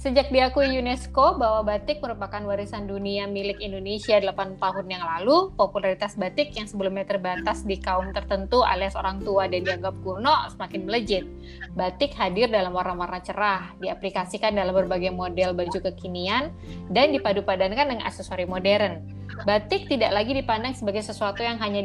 Sejak diakui UNESCO bahwa batik merupakan warisan dunia milik Indonesia 8 tahun yang lalu, popularitas batik yang sebelumnya terbatas di kaum tertentu alias orang tua dan dianggap kuno semakin melejit. Batik hadir dalam warna-warna cerah, diaplikasikan dalam berbagai model baju kekinian, dan dipadu-padankan dengan aksesori modern. Batik tidak lagi dipandang sebagai sesuatu yang hanya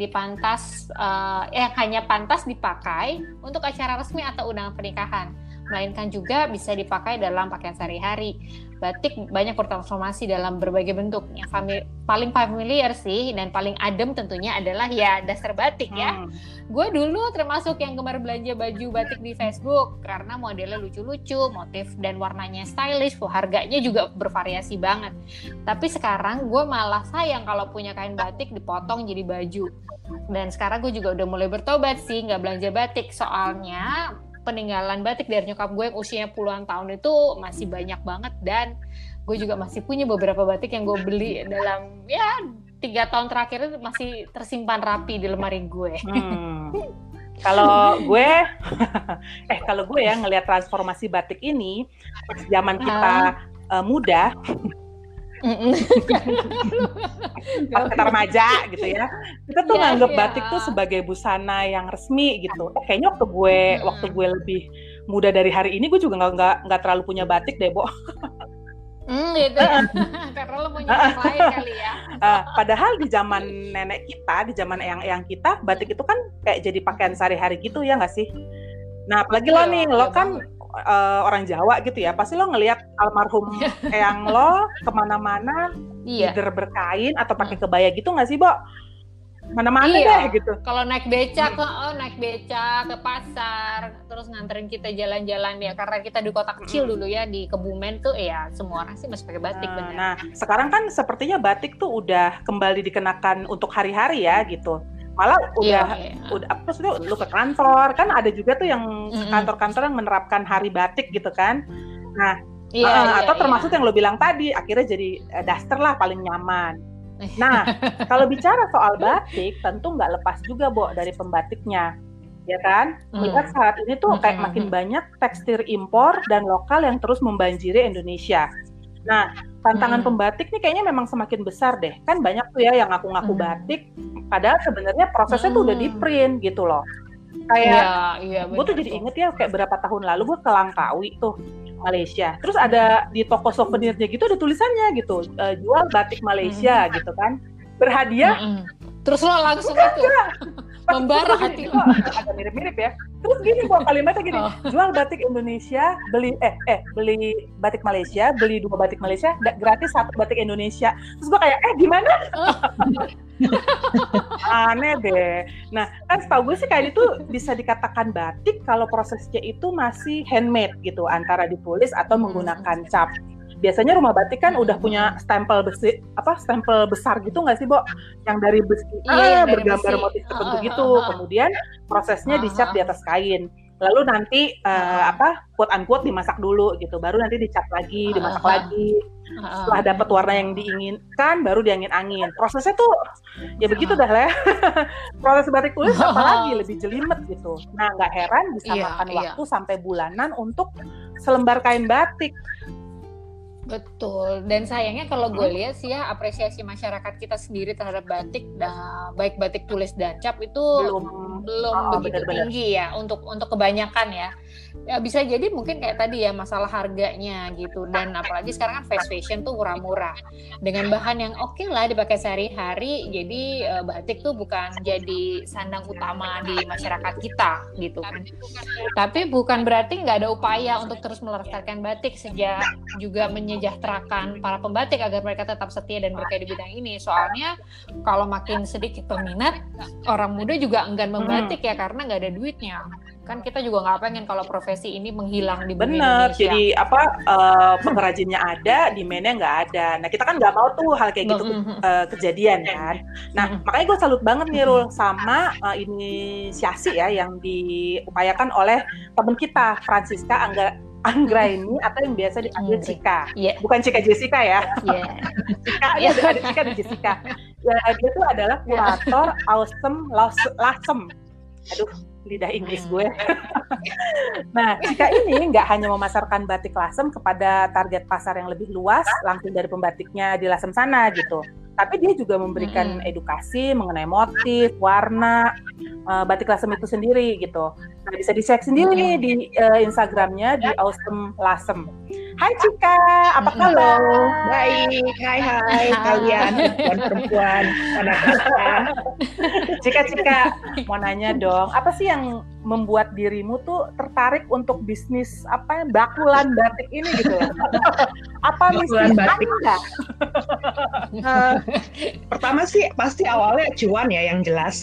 pantas dipakai untuk acara resmi atau undangan pernikahan, melainkan juga bisa dipakai dalam pakaian sehari-hari. Batik banyak bertransformasi dalam berbagai bentuk. Yang paling familiar sih dan paling adem tentunya adalah ya dasar batik ya. Gue dulu termasuk yang gemar belanja baju batik di Facebook karena modelnya lucu-lucu, motif dan warnanya stylish, harganya juga bervariasi banget. Tapi sekarang gue malah sayang kalau punya kain batik dipotong jadi baju. Dan sekarang gue juga udah mulai bertobat sih, nggak belanja batik. Soalnya peninggalan batik dari nyokap gue yang usianya puluhan tahun itu masih banyak banget, dan gue juga masih punya beberapa batik yang gue beli dalam 3 tahun terakhir itu masih tersimpan rapi di lemari gue. Kalau gue ya ngelihat transformasi batik ini pas zaman kita muda, pas kita remaja gitu ya, kita tuh nganggep batik tuh sebagai busana yang resmi gitu. Kayaknya waktu gue lebih muda dari hari ini, gue juga nggak terlalu punya batik deh, Bo. Gitu ya. Karena lo punya yang lain kali ya. Padahal di zaman nenek kita, di zaman eyang-eyang kita, batik itu kan kayak jadi pakaian sehari-hari gitu ya nggak sih? Nah apalagi lo nih, lo kan orang Jawa gitu ya, pasti lo ngelihat almarhum eyang lo kemana-mana, either berkain atau pakai kebaya gitu nggak sih, Bo? Mana-mana deh gitu. Kalau naik becak ke pasar, terus nganterin kita jalan-jalan ya, karena kita di kota kecil dulu ya, di Kebumen tuh ya semua orang sih masih pakai batik. Benar. Nah sekarang kan sepertinya batik tuh udah kembali dikenakan untuk hari-hari ya gitu. Malah maksudnya lu ke kantor kan ada juga tuh yang kantor-kantor yang menerapkan hari batik gitu kan. Nah, atau termasuk yang lu bilang tadi, akhirnya jadi daster lah paling nyaman. Nah, kalau bicara soal batik, tentu nggak lepas juga, Bo, dari pembatiknya, ya kan? Melihat saat ini tuh kayak makin banyak tekstil impor dan lokal yang terus membanjiri Indonesia. Nah, tantangan pembatik nih kayaknya memang semakin besar deh. Kan banyak tuh ya yang ngaku-ngaku batik, padahal sebenarnya prosesnya tuh udah di print gitu loh. Kayak, gue tuh jadi inget ya kayak berapa tahun lalu gue ke Langkawi tuh, Malaysia. Terus ada di toko souvenirnya gitu ada tulisannya gitu, jual batik Malaysia gitu kan, berhadiah. Terus lo langsung itu membara hati lo. Agak mirip-mirip ya. Terus gini kok kalimatnya gini, jual batik Indonesia, beli batik Malaysia, beli 2 batik Malaysia, gratis 1 batik Indonesia. Terus gue kayak gimana? Aneh deh. Nah kan setahu gue sih kayak itu bisa dikatakan batik kalau prosesnya itu masih handmade gitu, antara ditulis atau menggunakan cap. Biasanya rumah batik kan udah punya stempel besi, stempel besar gitu nggak sih, Bo? Yang dari besi, bergambar motif tertentu gitu. Kemudian prosesnya dicap di atas kain. Lalu nanti quote unquote dimasak dulu gitu, baru nanti dicap lagi, dimasak lagi. Setelah dapat warna yang diinginkan, baru diangin-angin. Prosesnya tuh ya begitu dah lah ya. Proses batik tulis apalagi lebih jelimet gitu. Nah nggak heran bisa makan waktu sampai bulanan untuk selembar kain batik. Betul, dan sayangnya kalau gue lihat sih ya, apresiasi masyarakat kita sendiri terhadap batik, baik batik tulis dan cap itu belum begitu tinggi ya untuk kebanyakan ya. Ya bisa jadi mungkin kayak tadi ya, masalah harganya gitu, dan apalagi sekarang kan fast fashion tuh murah-murah dengan bahan yang oke lah dipakai sehari-hari, jadi batik tuh bukan jadi sandang utama di masyarakat kita gitu kan. Tapi bukan berarti nggak ada upaya untuk terus melestarikan batik, sejak juga menyejahterakan para pembatik agar mereka tetap setia dan berkarya di bidang ini. Soalnya kalau makin sedikit peminat, orang muda juga enggan membatik ya, karena nggak ada duitnya. Kan kita juga nggak pengen kalau profesi ini menghilang di bumi Indonesia. Jadi pengrajinnya ada, demand-nya nggak ada. Nah kita kan nggak mau tuh hal kayak gitu kejadian kan. Nah makanya gue salut banget nih Rul sama inisiasi ya yang diupayakan oleh teman kita Francisca Anggraini atau yang biasa dipanggil Cika. Bukan Cika Jessica ya. Cika ada Cika dan Jessica. Dia tuh adalah kurator Awesome Lasem. Aduh, lidah Inggris gue. Nah, Cika ini nggak hanya memasarkan batik Lasem kepada target pasar yang lebih luas, langsung dari pembatiknya di Lasem sana gitu. Tapi dia juga memberikan edukasi mengenai motif, warna, batik Lasem itu sendiri gitu. Nah, bisa dicek sendiri nih di Instagramnya di Awesome Lasem. Hai Cika, apa kabar? Baik, hai kalian perempuan, anak-anak. Cika, mau nanya dong, apa sih yang membuat dirimu tuh tertarik untuk bisnis bakulan batik ini gitu loh? Apa bakulan batik? Pertama sih pasti awalnya cuan ya yang jelas.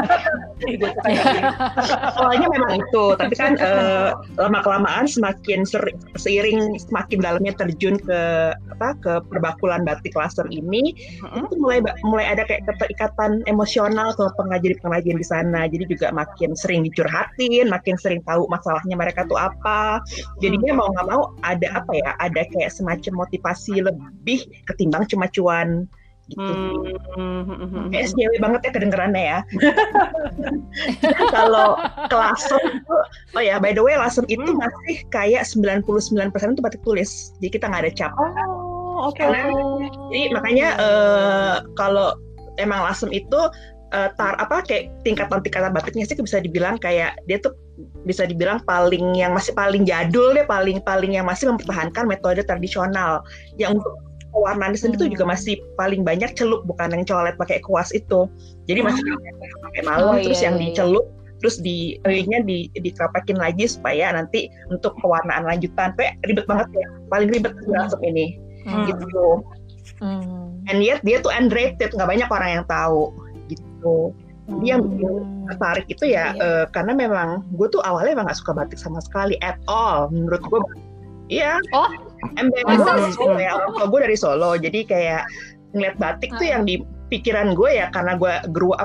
Awalnya memang itu, tapi kan lama-kelamaan semakin seiring semakin dalamnya terjun ke perbakulan batik Lasem ini, itu mulai ada kayak keterikatan emosional ke pengrajin-pengrajin di sana. Jadi juga makin sering dicurhatin, makin sering tahu masalahnya mereka tuh apa. Jadinya mau nggak mau ada ada kayak semacam motivasi lebih ketimbang cuma cuan. Gitu. Kayak SJW banget ya kedengerannya ya. Kalau ke Lasem itu, by the way Lasem itu masih kayak 99% itu batik tulis. Jadi kita nggak ada cap. Oke. Jadi makanya kalau emang Lasem itu kayak tingkatan batiknya sih bisa dibilang kayak dia tuh bisa dibilang masih paling jadul deh, paling yang masih mempertahankan metode tradisional. Yang untuk pewarnaan sendiri itu juga masih paling banyak celup, bukan yang colet pakai kuas itu. Jadi masih pakai malam terus yang dicelup terus dikerapakin lagi supaya nanti untuk pewarnaan lanjutan. Kayak ribet banget ya, paling ribet Lasem ini. Gitu. And yet dia tuh underrated, nggak banyak orang yang tahu gitu. Dia yang tertarik itu ya karena memang gue tuh awalnya emang nggak suka batik sama sekali at all. Menurut gue iya. Gue dari Solo ya, orang gue dari Solo, jadi kayak ngeliat batik tuh yang di pikiran gue ya karena gue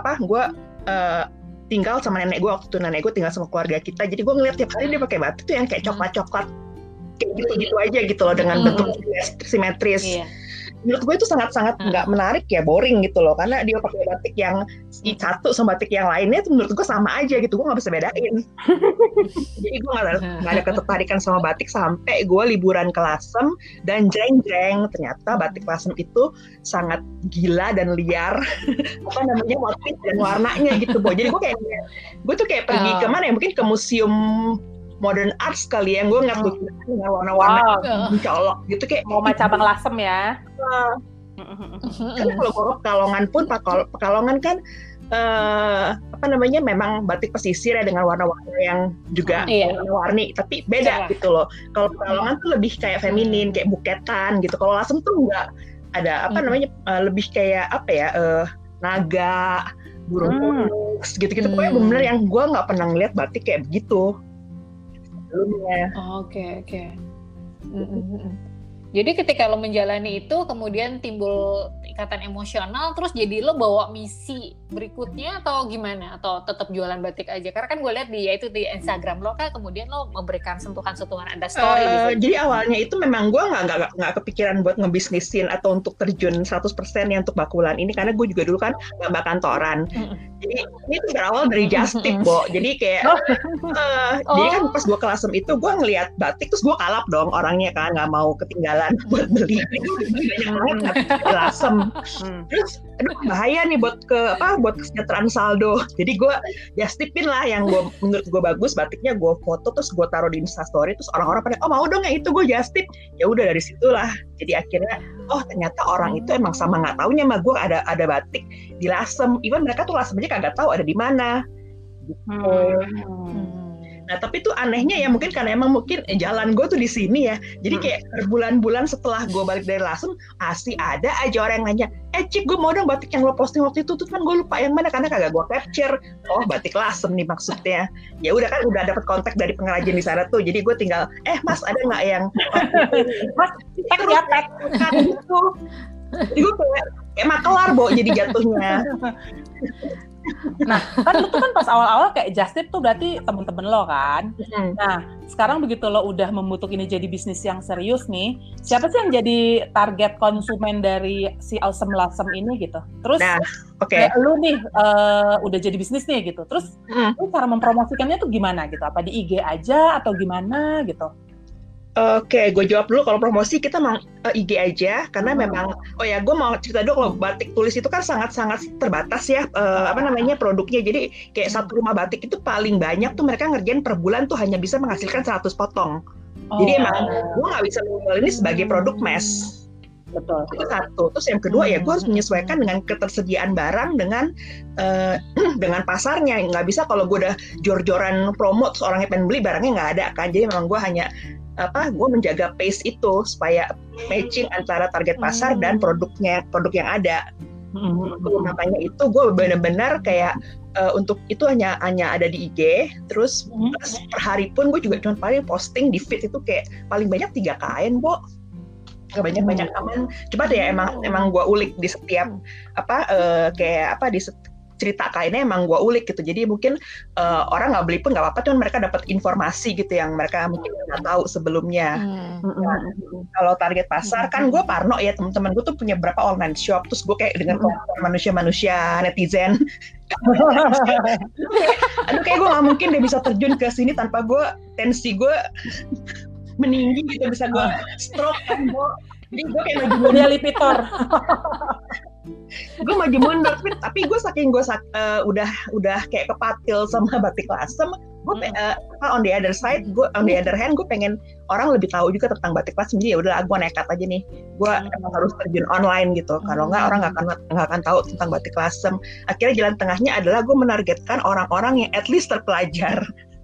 tinggal sama nenek gue waktu itu, nenek gue tinggal sama keluarga kita, jadi gue ngeliat tiap hari dia pakai batik tuh yang kayak coklat kayak gitu aja gitu loh dengan bentuk simetris. Menurut gue itu sangat-sangat nggak menarik ya, boring gitu loh, karena dia pakai batik yang satu sama batik yang lainnya itu menurut gue sama aja gitu, gue nggak bisa bedain. Jadi gue nggak ada ketertarikan sama batik sampai gue liburan ke Lasem dan jreng ternyata batik Lasem itu sangat gila dan liar motif dan warnanya gitu, Bo. Jadi gue tuh kayak pergi kemana ya, mungkin ke museum modern arts kali ya, gue ngeliat dengan warna-warna mencolok gitu, kayak mau cabang Lasem ya. Kan kalau gue Pekalongan pun Pekalongan kan memang batik pesisir ya dengan warna-warna yang juga warna-warni, tapi beda gitu loh. Kalau Pekalongan tuh lebih kayak feminin, kayak buketan gitu. Kalau Lasem tuh enggak ada lebih kayak naga, burung onyx gitu-gitu. Pokoknya bener-bener yang gue nggak pernah ngeliat batik kayak begitu sebelumnya. Oke. Jadi ketika lo menjalani itu kemudian timbul ikatan emosional, terus jadi lo bawa misi berikutnya atau gimana? Atau tetap jualan batik aja? Karena kan gue lihat di Instagram lo kan kemudian lo memberikan sentuhan-sentuhan, ada story di situ. Jadi awalnya itu memang gue nggak kepikiran buat ngebisnisin atau untuk terjun 100% ya untuk bakulan ini, karena gue juga dulu kan gambar kantoran. Jadi ini tuh berawal dari just tip, Bo. Jadi kayak jadi kan pas gue ke Lasem itu gue ngelihat batik terus gue kalap dong orangnya kan, nggak mau ketinggalan buat beli. Banyak banget di Lasem. Terus bahaya nih buat kesejahteraan saldo. Jadi gue just tipin lah yang menurut gue bagus batiknya, gue foto terus gue taruh di Instastory, terus orang-orang pada mau dong yang itu, gue just tip. Ya udah dari situlah. Jadi akhirnya ternyata orang itu emang sama nggak taunya mah gue ada batik di Lasem. Even mereka tuh Lasem aja kagak tahu ada di mana. Gitu. Nah tapi tuh anehnya ya, mungkin karena emang jalan gue tuh di sini ya, jadi kayak berbulan-bulan setelah gue balik dari Lasem pasti ada aja orang yang nanya, Cik gue mau dong batik yang lo posting waktu itu, tuh kan gue lupa yang mana karena kagak gue capture. Batik Lasem nih maksudnya. Ya udah kan udah dapet kontak dari pengrajin di sana tuh, jadi gue tinggal Mas ada nggak yang Mas gitu. Jadi gue kayak makelar, Bo, jadi jatuhnya. Nah, kan lu tuh kan pas awal-awal kayak just tip tuh berarti temen-temen lo kan. Nah, sekarang begitu lo udah membentuk ini jadi bisnis yang serius nih, siapa sih yang jadi target konsumen dari si Awesome Blossom ini gitu? Terus, lu nih udah jadi bisnis nih gitu. Terus, lu cara mempromosikannya tuh gimana gitu? Apa di IG aja atau gimana gitu? Oke, gue jawab dulu. Kalau promosi kita memang IG aja, karena memang, gue mau cerita dulu kalau batik tulis itu kan sangat-sangat terbatas ya, produknya. Jadi kayak satu rumah batik itu paling banyak tuh mereka ngerjain per bulan tuh hanya bisa menghasilkan 100 potong. Jadi emang gue nggak bisa menjual ini sebagai produk mass. Betul. Itu satu. Terus yang kedua ya gue harus menyesuaikan dengan ketersediaan barang dengan pasarnya. Nggak bisa kalau gue udah jor-joran promo terus orangnya pengen beli, barangnya nggak ada kan. Jadi memang gue hanya gue menjaga pace itu supaya matching antara target pasar dan produk yang ada. Makanya itu gue benar-benar kayak untuk itu hanya ada di IG. Terus per hari pun gue juga cuma paling posting di feed itu kayak paling banyak 3 kain, Bo. Gak banyak aman. Coba deh emang gue ulik di setiap di cerita kainnya emang gue ulik gitu. Jadi mungkin orang nggak beli pun nggak apa-apa, cuman mereka dapat informasi gitu yang mereka mungkin nggak tahu sebelumnya. Nah, kalau target pasar kan gue parno ya, teman-teman gue tuh punya berapa online shop, terus gue kayak dengan manusia-manusia netizen. Aduh, kayak gue nggak mungkin deh bisa terjun ke sini tanpa tensi gue meninggi gitu, bisa gue stroke kan, gue. Jadi gue kayak maju mundur lipitor. Gue maju mundur, tapi gue saking gue udah kayak kepatil sama batik lasem, gue on the other hand gue pengen orang lebih tahu juga tentang batik lasem. Jadi ya udah gue nekat aja nih, gue emang harus terjun online gitu. Kalau nggak orang nggak akan tahu tentang batik lasem. Akhirnya jalan tengahnya adalah gue menargetkan orang-orang yang at least terpelajar.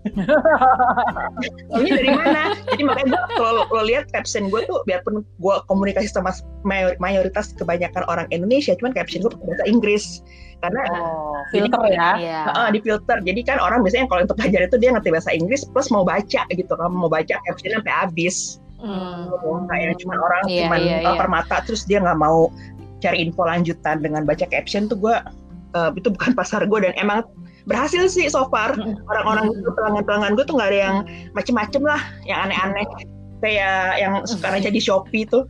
Ini dari mana? Jadi makanya gue kalau lo lihat caption gue tuh, biarpun gue komunikasi sama mayoritas kebanyakan orang Indonesia, cuman caption gue pakai bahasa Inggris karena filter di filter. Jadi kan orang biasanya kalau untuk belajar itu dia ngerti bahasa Inggris plus mau baca gitu, kalau mau baca captionnya sampai habis. Kayak cuma orang permata terus dia nggak mau cari info lanjutan dengan baca caption tuh gue itu bukan pasar gue. Dan emang berhasil sih so far. Orang-orang itu, pelanggan-pelanggan gue tuh nggak ada yang macem-macem lah, yang aneh-aneh kayak yang sekarang jadi Shopee tuh.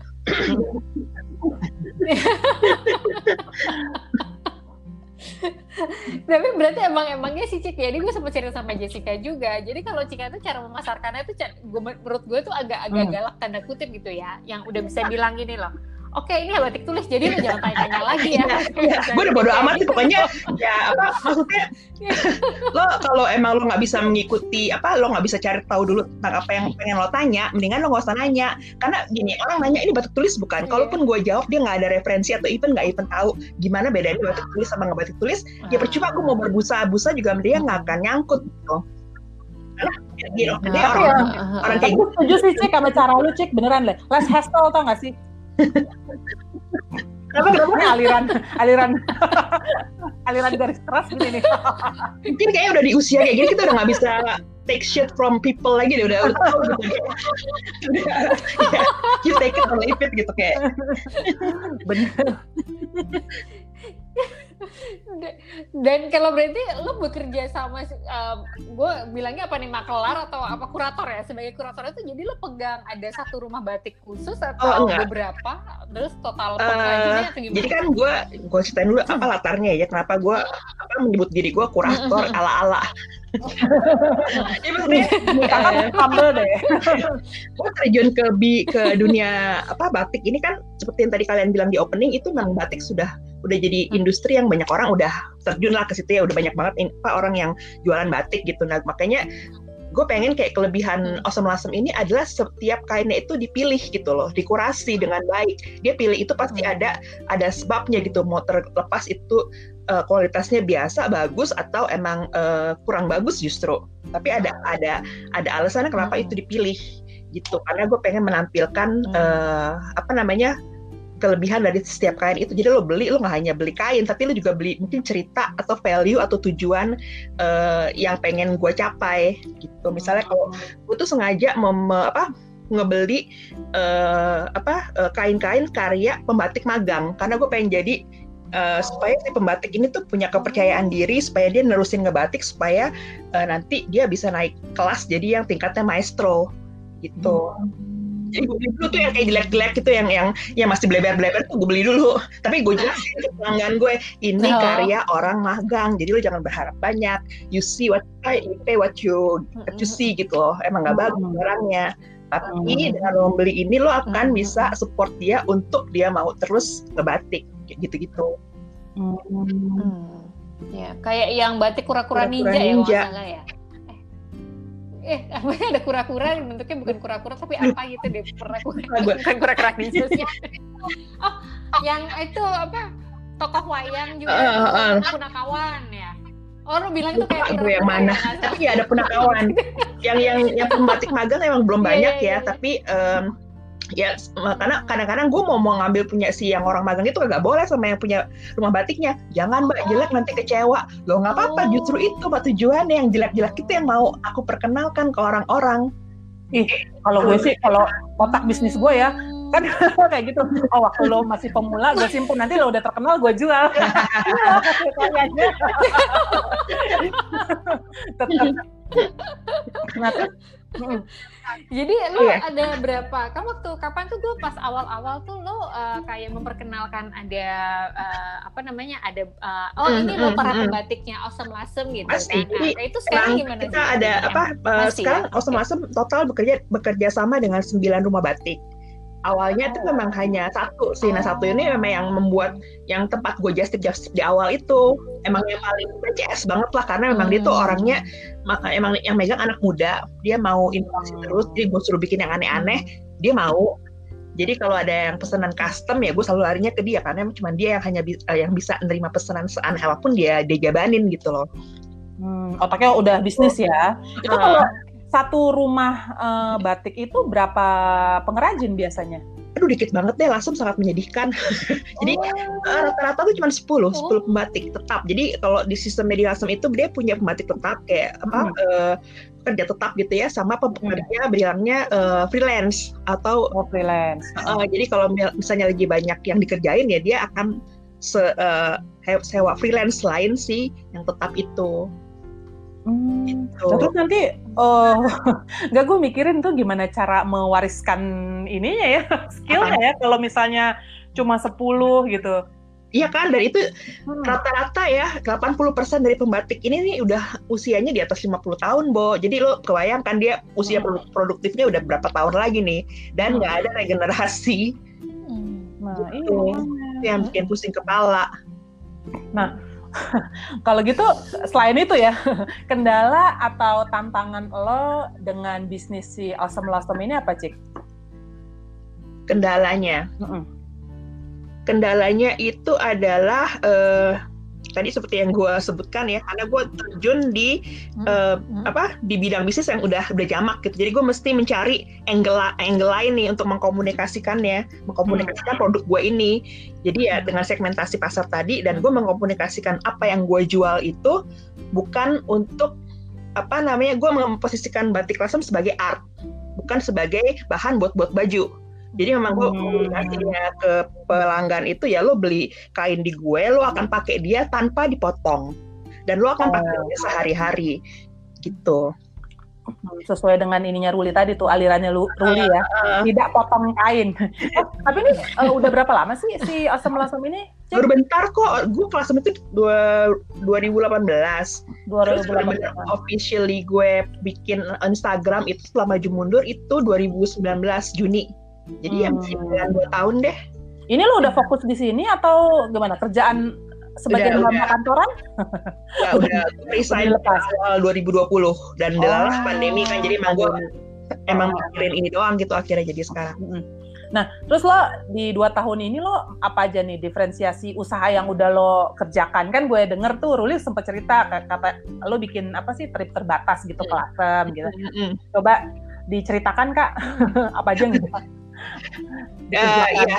Tapi berarti emangnya sih Cik, jadi gue sempat cerita sama Jessica juga. Jadi kalau Cika itu cara memasarkannya itu menurut gue tuh agak galak tanda kutip gitu ya, yang udah bisa bilang gini loh, oke, ini batik tulis, jadi lu jangan tanya-tanya lagi ya. Gue udah bodo amat sih pokoknya. Ya maksudnya lo kalau emang lo nggak bisa mengikuti lo nggak bisa cari tahu dulu tentang apa yang pengen lo tanya, mendingan lo nggak usah nanya. Karena gini, orang nanya ini batik tulis bukan. Kalaupun gue jawab dia nggak ada referensi atau nggak tahu gimana bedanya batik tulis sama nggak batik tulis, ya percuma gue mau berbusa-busa juga dia nggak akan nyangkut gitu. Karena dia orang kayak gue setuju sih Cik sama cara lu Cik, beneran deh. Less hassle tau nggak sih? Kenapa aliran garis keras gini nih. Mungkin kayaknya udah di usia kayak gini kita udah nggak bisa take shit from people lagi deh, udah tahu gitu. You take it or leave it gitu kayak. Bener. Dan kalau berarti lo bekerja sama gue bilangnya apa nih, makelar atau apa, kurator ya? Sebagai kurator itu jadi lo pegang ada satu rumah batik khusus atau beberapa, terus total pengrajinnya atau gimana? Jadi kan gue ceritain dulu apa latarnya ya, kenapa gue menyebut diri gue kurator ala-ala. Ya maksudnya humble deh. Gue terjun ke dunia batik ini kan seperti yang tadi kalian bilang di opening, itu memang batik udah jadi industri yang banyak orang udah terjun lah ke situ ya, udah banyak banget orang yang jualan batik gitu. Nah makanya gue pengen kayak kelebihan Awesome Blossom ini adalah setiap kainnya itu dipilih gitu loh, dikurasi dengan baik. Dia pilih itu pasti ada sebabnya gitu, mau terlepas itu kualitasnya biasa, bagus atau emang kurang bagus justru. Tapi ada alasannya kenapa itu dipilih gitu. Karena gue pengen menampilkan kelebihan dari setiap kain itu. Jadi lo beli, lo nggak hanya beli kain, tapi lo juga beli mungkin cerita atau value atau tujuan yang pengen gue capai gitu. Misalnya kalau gue tuh sengaja ngebeli kain-kain karya pembatik magang, karena gue pengen jadi supaya si pembatik ini tuh punya kepercayaan diri, supaya dia nerusin ngebatik, supaya nanti dia bisa naik kelas jadi yang tingkatnya maestro gitu. Jadi gue beli dulu tuh yang kayak jelek-jelek gitu, yang masih bleber-bleber tuh gue beli dulu. Tapi gue jelasin ke pelanggan gue, ini karya orang magang, jadi lo jangan berharap banyak. You see you pay what you see gitu loh. Emang nggak bagus barangnya. Tapi dengan lo membeli ini lo akan bisa support dia untuk dia mau terus ngebatik gitu-gitu. Ya, kayak yang batik kura-kura ninja ya, kalau salah ya. Ada kura-kura, bentuknya bukan kura-kura tapi apa gitu deh, bukan kura-kura ninja sih. Oh, yang itu apa? Tokoh wayang juga, punakawan ya. Oh, lu bilang itu kayak kura-kura yang mana? Tapi ya ada punakawan. yang pembatik magang emang belum banyak ya, tapi ya karena kadang-kadang gue mau ngambil punya si yang orang magang itu kagak boleh sama yang punya rumah batiknya. Jangan Mbak, jelek nanti kecewa. Loh nggak apa-apa, justru itu Mbak tujuannya, yang jelek-jelek itu yang mau aku perkenalkan ke orang-orang. Kalau gue sih, kalau otak bisnis gue ya kan kayak gitu. Oh, waktu lo masih pemula gue simpen, nanti lo udah terkenal gue jual. Tetap. Jadi lo ada berapa? Kan waktu kapan tuh gue pas awal-awal tuh lo kayak memperkenalkan ada ada ini lo para pembatiknya Awesome Lasem gitu kan. Nah, itu sekarang gimana? Kita ada sekarang Awesome Lasem total bekerja sama dengan 9 rumah batik. Awalnya itu memang hanya satu sih. Nah, satu ini memang yang membuat yang tempat gue just di awal itu emang yang paling CS banget lah, karena memang dia tuh orangnya emang yang megang anak muda, dia mau inovasi terus, jadi gue suruh bikin yang aneh-aneh, dia mau. Jadi kalau ada yang pesanan custom ya gue selalu larinya ke dia, karena cuma dia yang hanya yang bisa menerima pesanan seaneh apapun dia jabanin gitu loh. Otaknya udah bisnis ya. Itu kalau satu rumah batik itu berapa pengrajin biasanya? Aduh, dikit banget deh, Lasem sangat menyedihkan. Jadi rata-rata tuh cuma 10 pembatik tetap. Jadi kalau di sistem media Lasem itu dia punya pembatik tetap kayak kerja tetap gitu ya, sama pekerja bilangnya freelance atau freelance. Jadi kalau misalnya lagi banyak yang dikerjain ya dia akan sewa freelance lain sih yang tetap itu. Gitu. Terus nanti nggak, gue mikirin tuh gimana cara mewariskan ininya ya, skillnya ya, kalau misalnya cuma 10 gitu. Iya kan, dan itu rata-rata ya 80% dari pembatik ini nih udah usianya di atas 50 tahun, Bo. Jadi lo kebayangkan dia usia produktifnya udah berapa tahun lagi nih, dan nggak ada regenerasi. Nah, itu yang bikin pusing kepala. Nah, kalau gitu, selain itu ya, kendala atau tantangan lo dengan bisnis si Awesome Lasem ini apa, Cik? Kendalanya itu adalah tadi seperti yang gue sebutkan ya, karena gue terjun di di bidang bisnis yang udah jamak gitu. Jadi gue mesti mencari angle lain nih untuk mengkomunikasikan produk gue ini. Jadi ya dengan segmentasi pasar tadi, dan gue mengkomunikasikan apa yang gue jual itu bukan untuk gue memposisikan batik Lasem sebagai art, bukan sebagai bahan buat baju. Jadi memang gue komunikasinya ke pelanggan itu ya, lo beli kain di gue, lo akan pakai dia tanpa dipotong, dan lo akan pakai dia sehari-hari gitu. Sesuai dengan ininya Ruli tadi tuh, alirannya Ruli ya, tidak potong kain. Tapi ini udah berapa lama sih si Awesome Lasem ini? Baru bentar kok, gue Lasem itu 2018. Terus benar-benar officially gue bikin Instagram itu setelah maju mundur itu 2019 Juni. Jadi ya masih 2 tahun deh. Ini lo udah fokus di sini atau gimana? Kerjaan sebagai mama kantoran? Ya udah resign awal 2020 dan dalam pandemi kan, jadi emang mikirin ini doang gitu akhirnya jadi sekarang. Nah, terus lo di 2 tahun ini lo apa aja nih diferensiasi usaha yang udah lo kerjakan? Kan gue denger tuh Ruli sempat cerita kata lo bikin apa sih, trip terbatas gitu ke Lasem gitu. Coba diceritakan Kak, apa aja gitu? Iya.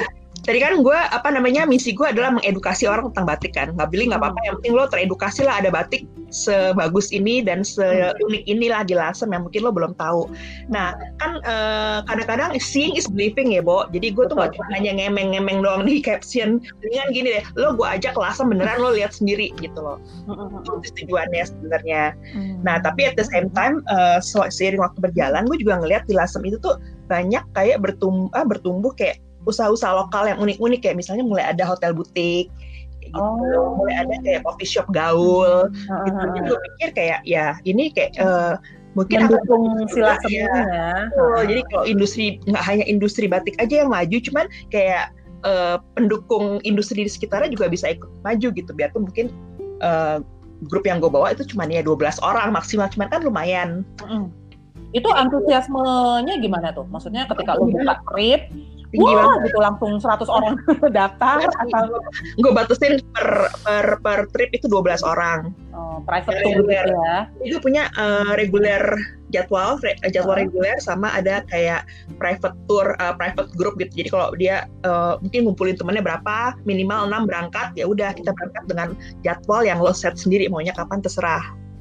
tadi kan gue misi gue adalah mengedukasi orang tentang batik kan. Nggak beli nggak apa-apa, yang penting lo teredukasi lah ada batik sebagus ini dan seunik inilah di Lasem yang mungkin lo belum tahu. Nah kan kadang-kadang seeing is believing ya Bo. Jadi gue tuh nggak cuma hanya ngemeng-ngemeng doang di caption. Mendingan gini deh, lo gue ajak ke Lasem beneran lo lihat sendiri gitu loh. Itu tujuannya sebenarnya. Nah tapi at the same time seiring waktu berjalan gue juga ngelihat di Lasem itu tuh banyak kayak bertumbuh kayak usaha-usaha lokal yang unik-unik, kayak misalnya mulai ada hotel butik gitu, mulai ada kayak coffee shop gaul gitu. Jadi gue pikir kayak ya ini kayak mungkin mendukung si Lasem ya. Jadi kalau industri, nggak hanya industri batik aja yang maju, cuman kayak pendukung industri di sekitarnya juga bisa ikut maju gitu. Biarpun mungkin grup yang gue bawa itu cuma ya 12 orang maksimal, cuman kan lumayan. Itu antusiasmenya gimana tuh? Maksudnya ketika lo buka trip, wah gitu langsung 100 orang daftar atau gue batasin per trip itu 12 orang. Private tour gitu ya. Itu punya reguler jadwal reguler, sama ada kayak private tour, private group gitu. Jadi kalau dia mungkin ngumpulin temennya berapa, minimal 6 berangkat, ya udah kita berangkat dengan jadwal yang lo set sendiri, maunya kapan terserah.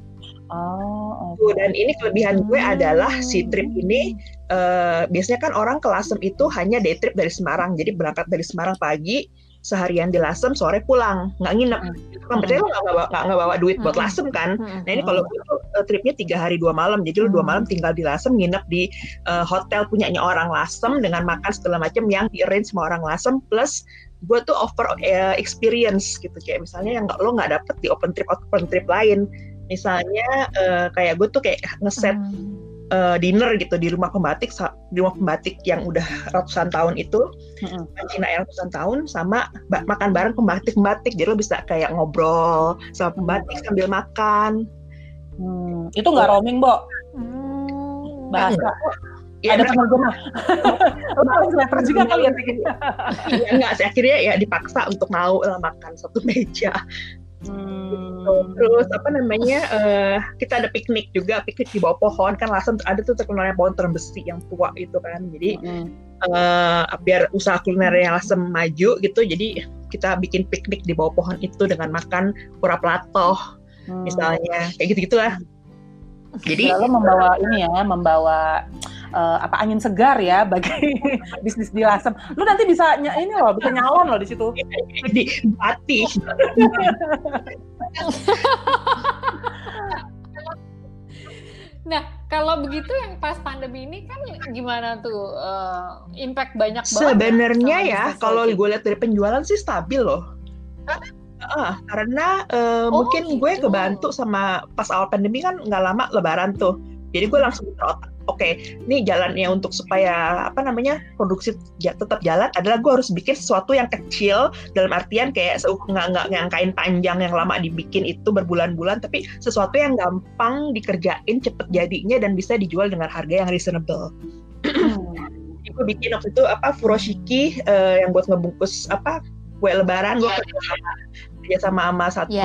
Dan ini kelebihan gue adalah si trip ini biasanya kan orang ke Lasem itu hanya day trip dari Semarang, jadi berangkat dari Semarang pagi, seharian di Lasem, sore pulang, nggak nginep. Kan berarti lo nggak bawa duit buat Lasem kan? Nah ini kalau itu tripnya 3 hari 2 malam, jadi lo 2 malam tinggal di Lasem, nginep di hotel punyanya orang Lasem dengan makan segala macam yang di-arrange sama orang Lasem, plus gue tuh offer experience gitu, kayak misalnya yang lo nggak dapet di open trip lain. Misalnya kayak gue tuh kayak ngeset dinner gitu di rumah pembatik yang udah ratusan tahun itu, Cina yang ratusan tahun, sama makan bareng pembatik, jadi lo bisa kayak ngobrol sama pembatik sambil makan. Itu nggak roaming, Bo? Bahasa. Ya, ada penerjemah. Letter juga kali ya. Enggak sih, akhirnya ya dipaksa untuk mau lah makan satu meja. Terus kita ada piknik di bawah pohon kan. Lasem ada tuh terkenalnya pohon terbesi yang tua itu kan, jadi biar usaha kulinernya Lasem maju gitu, jadi kita bikin piknik di bawah pohon itu dengan makan kura platoh misalnya, kayak gitu-gitulah. Jadi lalu membawa angin segar ya bagi bisnis di Lasem. Lu nanti bisa bisa nyalon loh di situ. Di Bati. Nah, kalau begitu yang pas pandemi ini kan gimana tuh? Impact banyak banget. Sebenarnya ya, kalau gue lihat dari penjualan sih stabil loh. Karena mungkin gue kebantu sama pas awal pandemi kan nggak lama Lebaran tuh. Jadi gue langsung terotak, oke, ini jalannya untuk supaya produksi tetap jalan adalah gue harus bikin sesuatu yang kecil, dalam artian kayak nggak ngangkain panjang yang lama dibikin itu berbulan-bulan, tapi sesuatu yang gampang dikerjain, cepet jadinya dan bisa dijual dengan harga yang reasonable. Jadi gue bikin waktu itu furoshiki yang buat ngebungkus kue Lebaran, gue kerja sama satu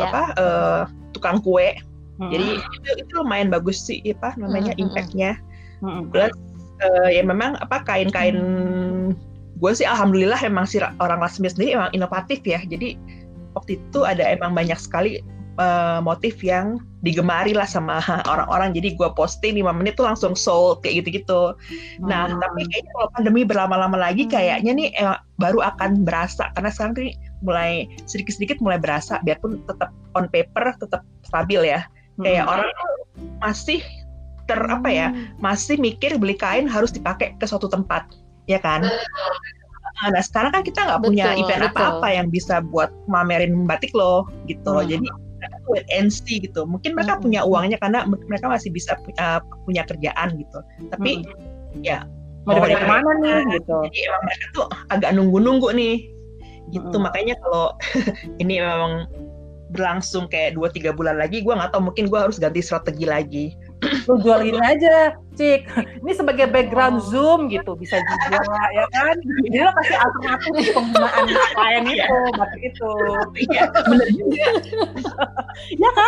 tukang kue. Jadi itu lumayan bagus sih impact-nya. Plus ya memang kain-kain gue sih alhamdulillah emang si orang Lasem sendiri emang inovatif ya. Jadi waktu itu ada emang banyak sekali motif yang digemari lah sama orang-orang. Jadi gue posting 5 menit tuh langsung sold kayak gitu-gitu. Nah tapi kayaknya kalau pandemi berlama-lama lagi kayaknya nih baru akan berasa, karena sekarang nih mulai sedikit-sedikit mulai berasa, biarpun tetap on paper tetap stabil ya. Kayak orang masih masih mikir beli kain harus dipakai ke suatu tempat, ya kan? Nah sekarang kan kita nggak punya event apa-apa yang bisa buat mamerin batik lo gitu. Jadi wait and see gitu. Mungkin mereka punya uangnya karena mereka masih bisa punya kerjaan gitu. Tapi ya mau dipakai kemana nih gitu. Jadi emang mereka tuh agak nunggu-nunggu nih gitu. Makanya kalau ini memang berlangsung kayak 2-3 bulan lagi, gue nggak tahu, mungkin gue harus ganti strategi lagi. Lu jual ini aja, Cik. Ini sebagai background Zoom gitu, bisa juga ya kan. Jadi lo kasih alternatif penggunaan klien itu, batik itu. Iya, bener juga. Ya kan?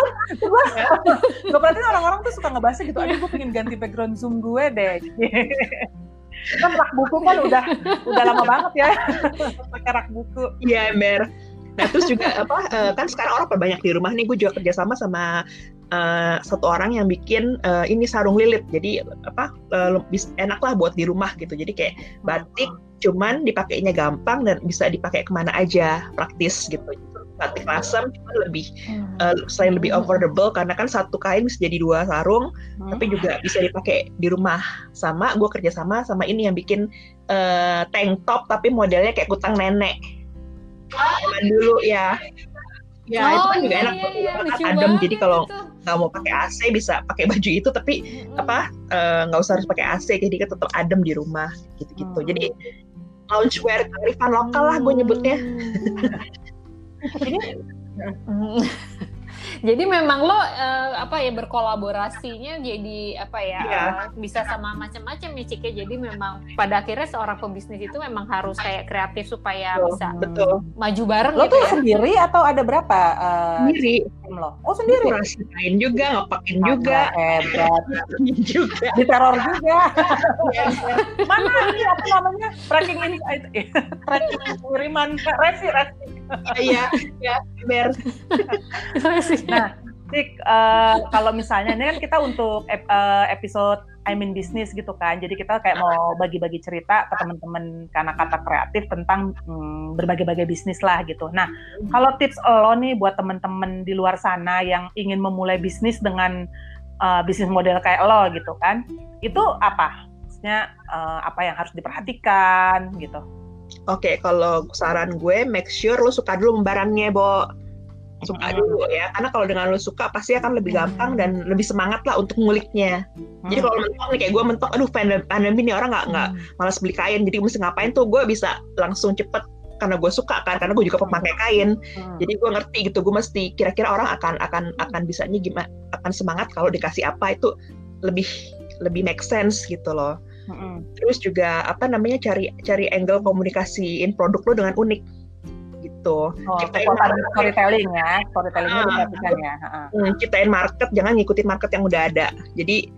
Gue perhatiin orang-orang tuh suka ngebahasnya gitu, aduh gue pengen ganti background Zoom gue deh. Kan rak buku kan udah lama banget ya pakai rak buku. Iya, Mer. Nah terus juga kan sekarang orang banyak di rumah nih, gue juga kerjasama sama satu orang yang bikin ini sarung lilit, jadi enak lah buat di rumah gitu. Jadi kayak batik cuman dipakainya gampang dan bisa dipakai kemana aja, praktis gitu. Batik lasem cuma selain lebih affordable karena kan satu kain bisa jadi 2 sarung, tapi juga bisa dipakai di rumah. Sama gue kerjasama sama ini yang bikin tank top tapi modelnya kayak kutang nenek. Zaman dulu ya. Ya itu kan juga enak buat adem. Jadi kalau nggak mau pakai AC bisa pakai baju itu, tapi nggak usah harus pakai AC, jadi kan tetap adem di rumah gitu-gitu. Jadi loungewear kearifan lokal lah gue nyebutnya. Jadi memang lo berkolaborasinya jadi bisa sama macam-macam ya Cik ya. Jadi memang pada akhirnya seorang pebisnis itu memang harus kayak kreatif supaya bisa maju bareng. Lo gitu tuh ya? Sendiri atau ada berapa? Sendiri. Lo? Oh sendiri. Rasain juga, ngapain juga. Hebat. juga. Diteror juga. Mana ini apa namanya? Tracking pengiriman resi. Iya, Ber. Nah, Cik, kalau misalnya ini kan kita untuk episode I'm in Business gitu kan, jadi kita kayak mau bagi-bagi cerita ke teman-teman kata kreatif tentang berbagai-bagai bisnis lah gitu. Nah, kalau tips lo nih buat teman-teman di luar sana yang ingin memulai bisnis dengan bisnis model kayak lo gitu kan, itu apa? Maksudnya apa yang harus diperhatikan gitu? Oke, kalau saran gue, make sure lo suka dulu barangnya, Bo. Suka dulu ya, karena kalau dengan lo suka pasti akan lebih gampang dan lebih semangat lah untuk nguliknya. Jadi kalau mentok nih, kayak gue mentok, aduh pandemi nih orang nggak malas beli kain, jadi mesti ngapain tuh, gue bisa langsung cepet karena gue suka kan, karena gue juga pemakai kain. Jadi gue ngerti gitu, gue mesti kira-kira orang akan bisanya gimana, akan semangat kalau dikasih apa itu lebih make sense gitu loh. Terus juga cari angle komunikasiin produk lo dengan unik gitu. Kekuatan storytelling ya, storytellingnya diperhatikan ya. Ciptain market, jangan ngikutin market yang udah ada. Jadi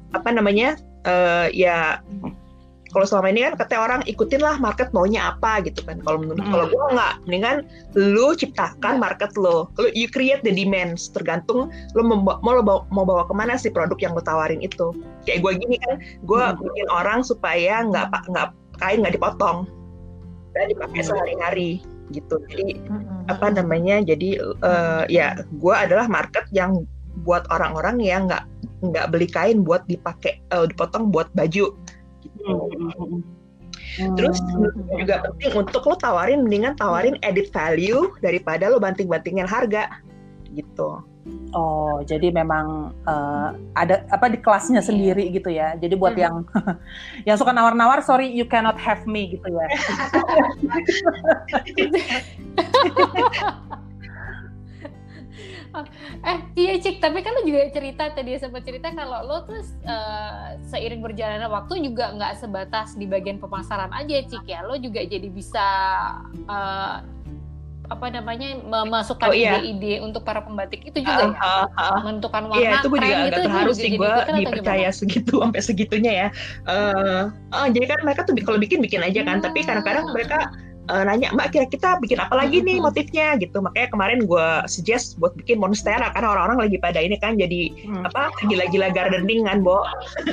kalau selama ini kan katanya orang ikutin lah market maunya apa gitu kan. Kalau gue nggak, mendingan lu ciptakan market lo. Kalau you create the demands, tergantung lo mau bawa kemana sih produk yang lo tawarin itu. Kayak gue gini kan, gue bikin orang supaya kain nggak dipotong dan dipakai sehari-hari gitu. Jadi gue adalah market yang buat orang-orang yang nggak beli kain buat dipakai dipotong buat baju. Terus juga penting untuk lo mendingan tawarin added value daripada lo banting-bantingin harga gitu. Oh, jadi memang ada di kelasnya sendiri gitu ya. Jadi buat yang suka nawar-nawar, sorry you cannot have me gitu ya. Iya Cik, tapi kan lo juga sempat cerita kalau lo tuh seiring berjalannya waktu juga nggak sebatas di bagian pemasaran aja Cik ya, lo juga jadi bisa memasukkan ide-ide untuk para pembatik itu juga menentukan warna. Iya, itu gue juga agak terharu sih, gue dipercaya segitu sampai segitunya ya. Jadi kan mereka tuh kalau bikin aja kan, tapi kadang-kadang mereka nanya, Mbak kira-kira bikin apa lagi nih motifnya gitu. Makanya kemarin gue suggest buat bikin monstera, karena orang-orang lagi pada ini kan jadi gila-gila gardening kan, Bo.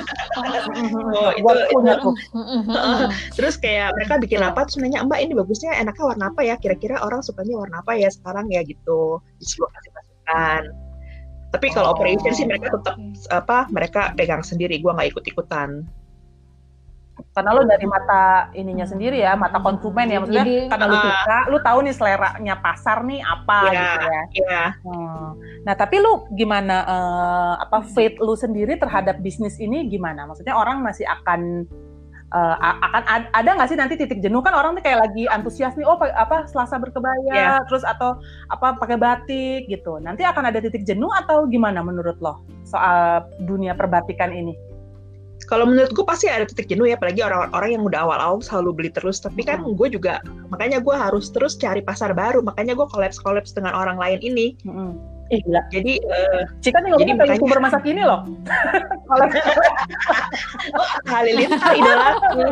Terus kayak mereka bikin apa, terus nanya, Mbak ini bagusnya enaknya warna apa ya, kira-kira orang sukanya warna apa ya sekarang ya gitu. Terus gue kasih masukan. Tapi kalau operation sih mereka tetap mereka pegang sendiri, gue nggak ikut-ikutan. Karena lo dari mata ininya sendiri ya, mata konsumen ya, maksudnya jadi, karena lo suka, lo tahu nih seleranya pasar nih apa gitu ya. Iya. Nah tapi lo gimana, faith lo sendiri terhadap bisnis ini gimana? Maksudnya orang masih akan ada nggak sih nanti titik jenuh, kan orang tuh kayak lagi antusias nih, Selasa berkebaya, terus atau pakai batik gitu. Nanti akan ada titik jenuh atau gimana menurut lo soal dunia perbatikan ini? Kalau menurutku pasti ada titik jenuh ya, apalagi orang-orang yang udah awal-awal selalu beli terus. Tapi kan gue juga, makanya gue harus terus cari pasar baru. Makanya gue collabs dengan orang lain ini. Gila. Jadi Cika nih ngomongin kayak youtuber masa kini loh. Halilintar idolaku.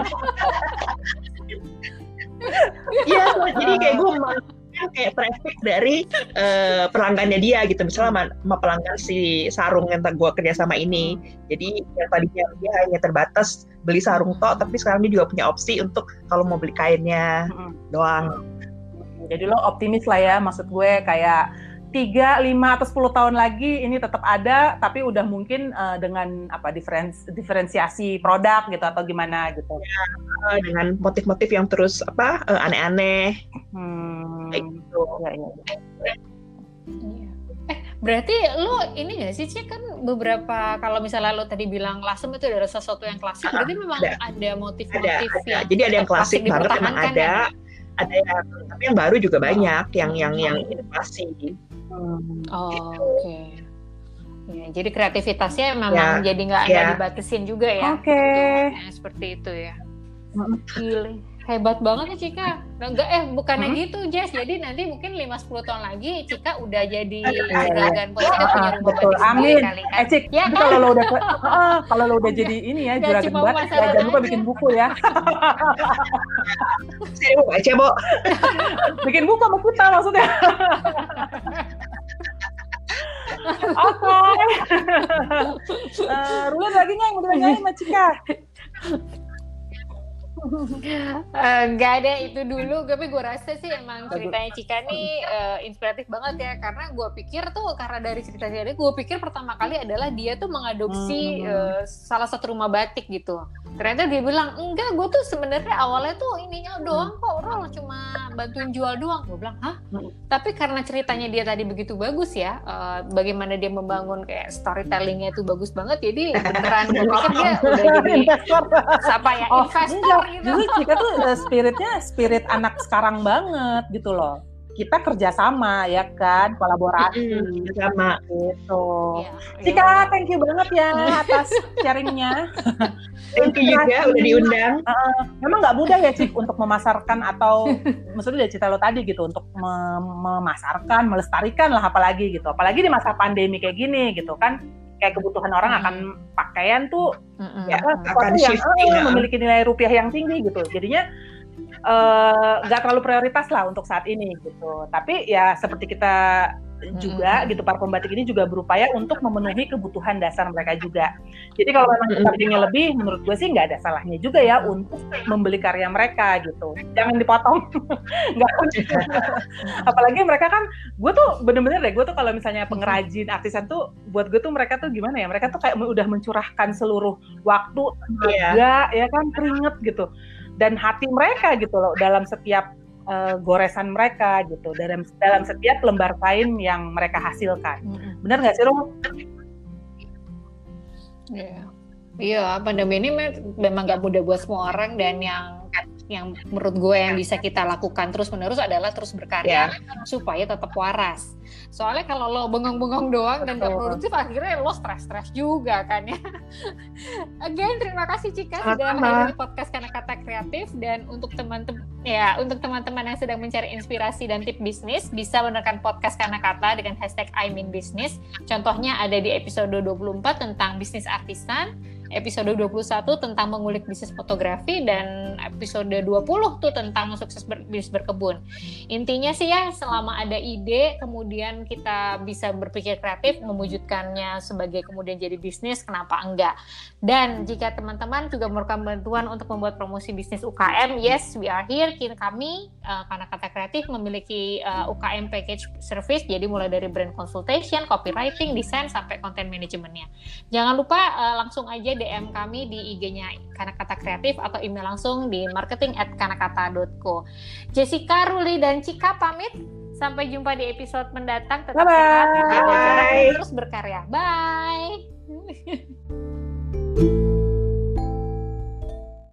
Iya, jadi kayak gue kayak traffic dari pelanggannya dia gitu. Misalnya sama pelanggan si sarung yang gue kerja sama ini. Jadi yang tadinya dia hanya terbatas beli sarung tok, tapi sekarang dia juga punya opsi untuk kalau mau beli kainnya doang. Jadi lo optimis lah ya, maksud gue kayak 3, 5, atau 10 tahun lagi ini tetap ada, tapi udah mungkin dengan diferensiasi produk gitu atau gimana gitu. Ya, dengan motif-motif yang terus aneh-aneh. Kayak gitu. Ya. Berarti lo ini nggak sih, Cik, kan beberapa kalau misalnya lo tadi bilang lasem itu adalah sesuatu yang klasik, berarti memang ada motif-motif yang jadi ada yang klasik banget emang ada. Ada yang, tapi yang baru juga banyak yang inovasi. Oke. Ya, jadi kreativitasnya memang jadi nggak dibatasin juga ya. Oke. Seperti itu ya. Gile. Hebat banget ya Cika. Bukannya gitu, Jess. Jadi nanti mungkin 5-10 tahun lagi Cika udah jadi juragan positif punya rumah betul. Amin. Kali kan. Cik, ya, kan? kalau lo udah jadi ini ya juragan batik, jangan lupa bikin buku ya. Saya mau baca, Bo. Bikin buku sama kita maksudnya. Oke. Rulen lagi nggak yang mau ditanyain sama Cika? Nggak ada, itu dulu. Tapi gue rasa sih emang ceritanya Cika nih inspiratif banget ya, karena gue pikir tuh karena dari ceritanya dia, gue pikir pertama kali adalah dia tuh mengadopsi salah satu rumah batik gitu. Ternyata dia bilang enggak, gue tuh sebenarnya awalnya tuh ininya doang kok, Rol, cuma bantuin jual doang. Gue bilang hah? Tapi karena ceritanya dia tadi begitu bagus ya, bagaimana dia membangun kayak storytellingnya itu bagus banget, jadi beneran gue pikir dia udah jadi investor. Jadi Cika tuh spirit anak sekarang banget gitu loh. Kita kerjasama ya kan, kolaborasi sama gitu. Cika, thank you banget ya atas sharingnya. Thank you juga udah diundang. Memang nggak mudah ya Cik untuk memasarkan atau maksudnya dari cerita lo tadi gitu untuk memasarkan, melestarikan lah apalagi gitu. Apalagi di masa pandemi kayak gini gitu kan. Kayak kebutuhan orang akan pakaian tuh akan shifting memiliki nilai rupiah yang tinggi gitu. Jadinya nggak terlalu prioritas lah untuk saat ini gitu. Tapi ya seperti kita juga gitu, para pembatik ini juga berupaya untuk memenuhi kebutuhan dasar mereka juga. Jadi kalau memang kita punya lebih, menurut gue sih nggak ada salahnya juga ya untuk membeli karya mereka gitu. Jangan dipotong. Nggak. Apalagi mereka kan, gue tuh bener-bener deh, gue tuh kalau misalnya pengrajin, artisan tuh, buat gue tuh mereka tuh gimana ya, mereka tuh kayak udah mencurahkan seluruh waktu, tenaga, ya kan, keringet gitu. Dan hati mereka gitu loh, dalam setiap goresan mereka gitu, dalam setiap lembar kain yang mereka hasilkan. Benar nggak sih, Rom? Iya, pandemi ini memang nggak mudah buat semua orang, dan yang menurut gue yang bisa kita lakukan terus-menerus adalah terus berkarya supaya tetap waras. Soalnya kalau lo bengong-bengong doang dan gak produktif, akhirnya lo stres-stres juga kan ya. Again, terima kasih Cika sudah hadir di podcast Kata-Kata Kreatif, dan untuk teman-teman yang sedang mencari inspirasi dan tips bisnis, bisa menekan podcast Kata-Kata dengan hashtag #IMINBusiness. Contohnya ada di episode 24 tentang bisnis artisan, episode 21 tentang mengulik bisnis fotografi, dan episode 20 tuh tentang sukses bisnis berkebun. Intinya sih ya, selama ada ide, kemudian kita bisa berpikir kreatif, mewujudkannya sebagai kemudian jadi bisnis, kenapa enggak? Dan jika teman-teman juga memerlukan bantuan untuk membuat promosi bisnis UKM, yes, we are here. Kami, Kata-Kata Kreatif, memiliki UKM package service, jadi mulai dari brand consultation, copywriting, desain, sampai content manajemennya. Jangan lupa langsung aja DM kami di IG-nya Kata-Kata Kreatif atau email langsung di marketing@kanakata.co. Jessica, Ruli, dan Cika pamit. Sampai jumpa di episode mendatang. Tetap sehat, jaga jarak, terus berkarya. Bye.